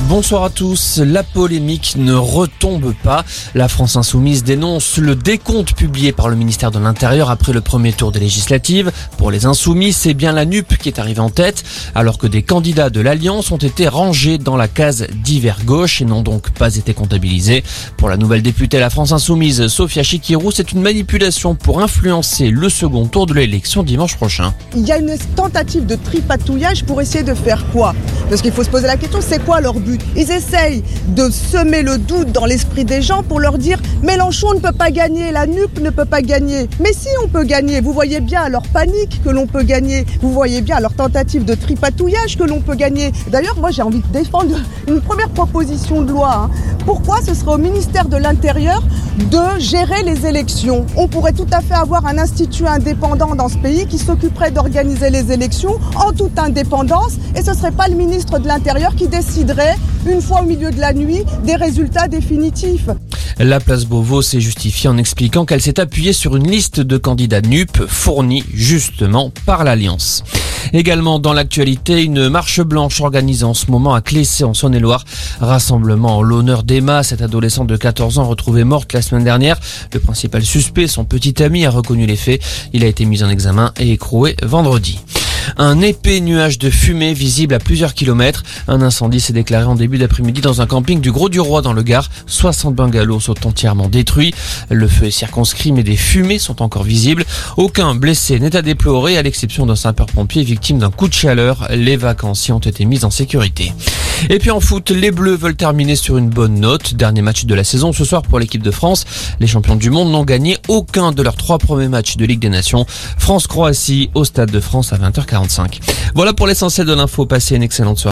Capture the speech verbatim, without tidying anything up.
Bonsoir à tous. La polémique ne retombe pas. La France Insoumise dénonce le décompte publié par le ministère de l'Intérieur après le premier tour des législatives. Pour les Insoumis, c'est bien la N U P qui est arrivée en tête, alors que des candidats de l'Alliance ont été rangés dans la case divers gauche et n'ont donc pas été comptabilisés. Pour la nouvelle députée La France Insoumise, Sophia Chikirou, c'est une manipulation pour influencer le second tour de l'élection dimanche prochain. Il y a une tentative de tripatouillage pour essayer de faire quoi ? Parce qu'il faut se poser la question, c'est quoi leur but ? Ils essayent de semer le doute dans l'esprit des gens pour leur dire « Mélenchon ne peut pas gagner, la N U P ne peut pas gagner ». Mais si, on peut gagner. Vous voyez bien à leur panique que l'on peut gagner. Vous voyez bien à leur tentative de tripatouillage que l'on peut gagner. D'ailleurs, moi j'ai envie de défendre une première proposition de loi. Hein. Pourquoi ce serait au ministère de l'Intérieur de gérer les élections ? On pourrait tout à fait avoir un institut indépendant dans ce pays qui s'occuperait d'organiser les élections en toute indépendance et ce ne serait pas le ministre de l'Intérieur qui déciderait, une fois au milieu de la nuit, des résultats définitifs. La place Beauvau s'est justifiée en expliquant qu'elle s'est appuyée sur une liste de candidats N U P fournie justement par l'Alliance. Également dans l'actualité, une marche blanche organisée en ce moment à Clessay en Saône-et-Loire. Rassemblement en l'honneur d'Emma, cette adolescente de quatorze ans retrouvée morte la semaine dernière. Le principal suspect, son petit ami, a reconnu les faits. Il a été mis en examen et écroué vendredi. Un épais nuage de fumée visible à plusieurs kilomètres. Un incendie s'est déclaré en début d'après-midi dans un camping du Gros-du-Roi dans le Gard. soixante bungalows sont entièrement détruits. Le feu est circonscrit mais des fumées sont encore visibles. Aucun blessé n'est à déplorer à l'exception d'un sapeur-pompier victime d'un coup de chaleur. Les vacanciers ont été mis en sécurité. Et puis en foot, les Bleus veulent terminer sur une bonne note. Dernier match de la saison ce soir pour l'équipe de France. Les champions du monde n'ont gagné aucun de leurs trois premiers matchs de Ligue des Nations. France-Croatie au Stade de France à vingt heures quarante-cinq. Voilà pour l'essentiel de l'info. Passez une excellente soirée.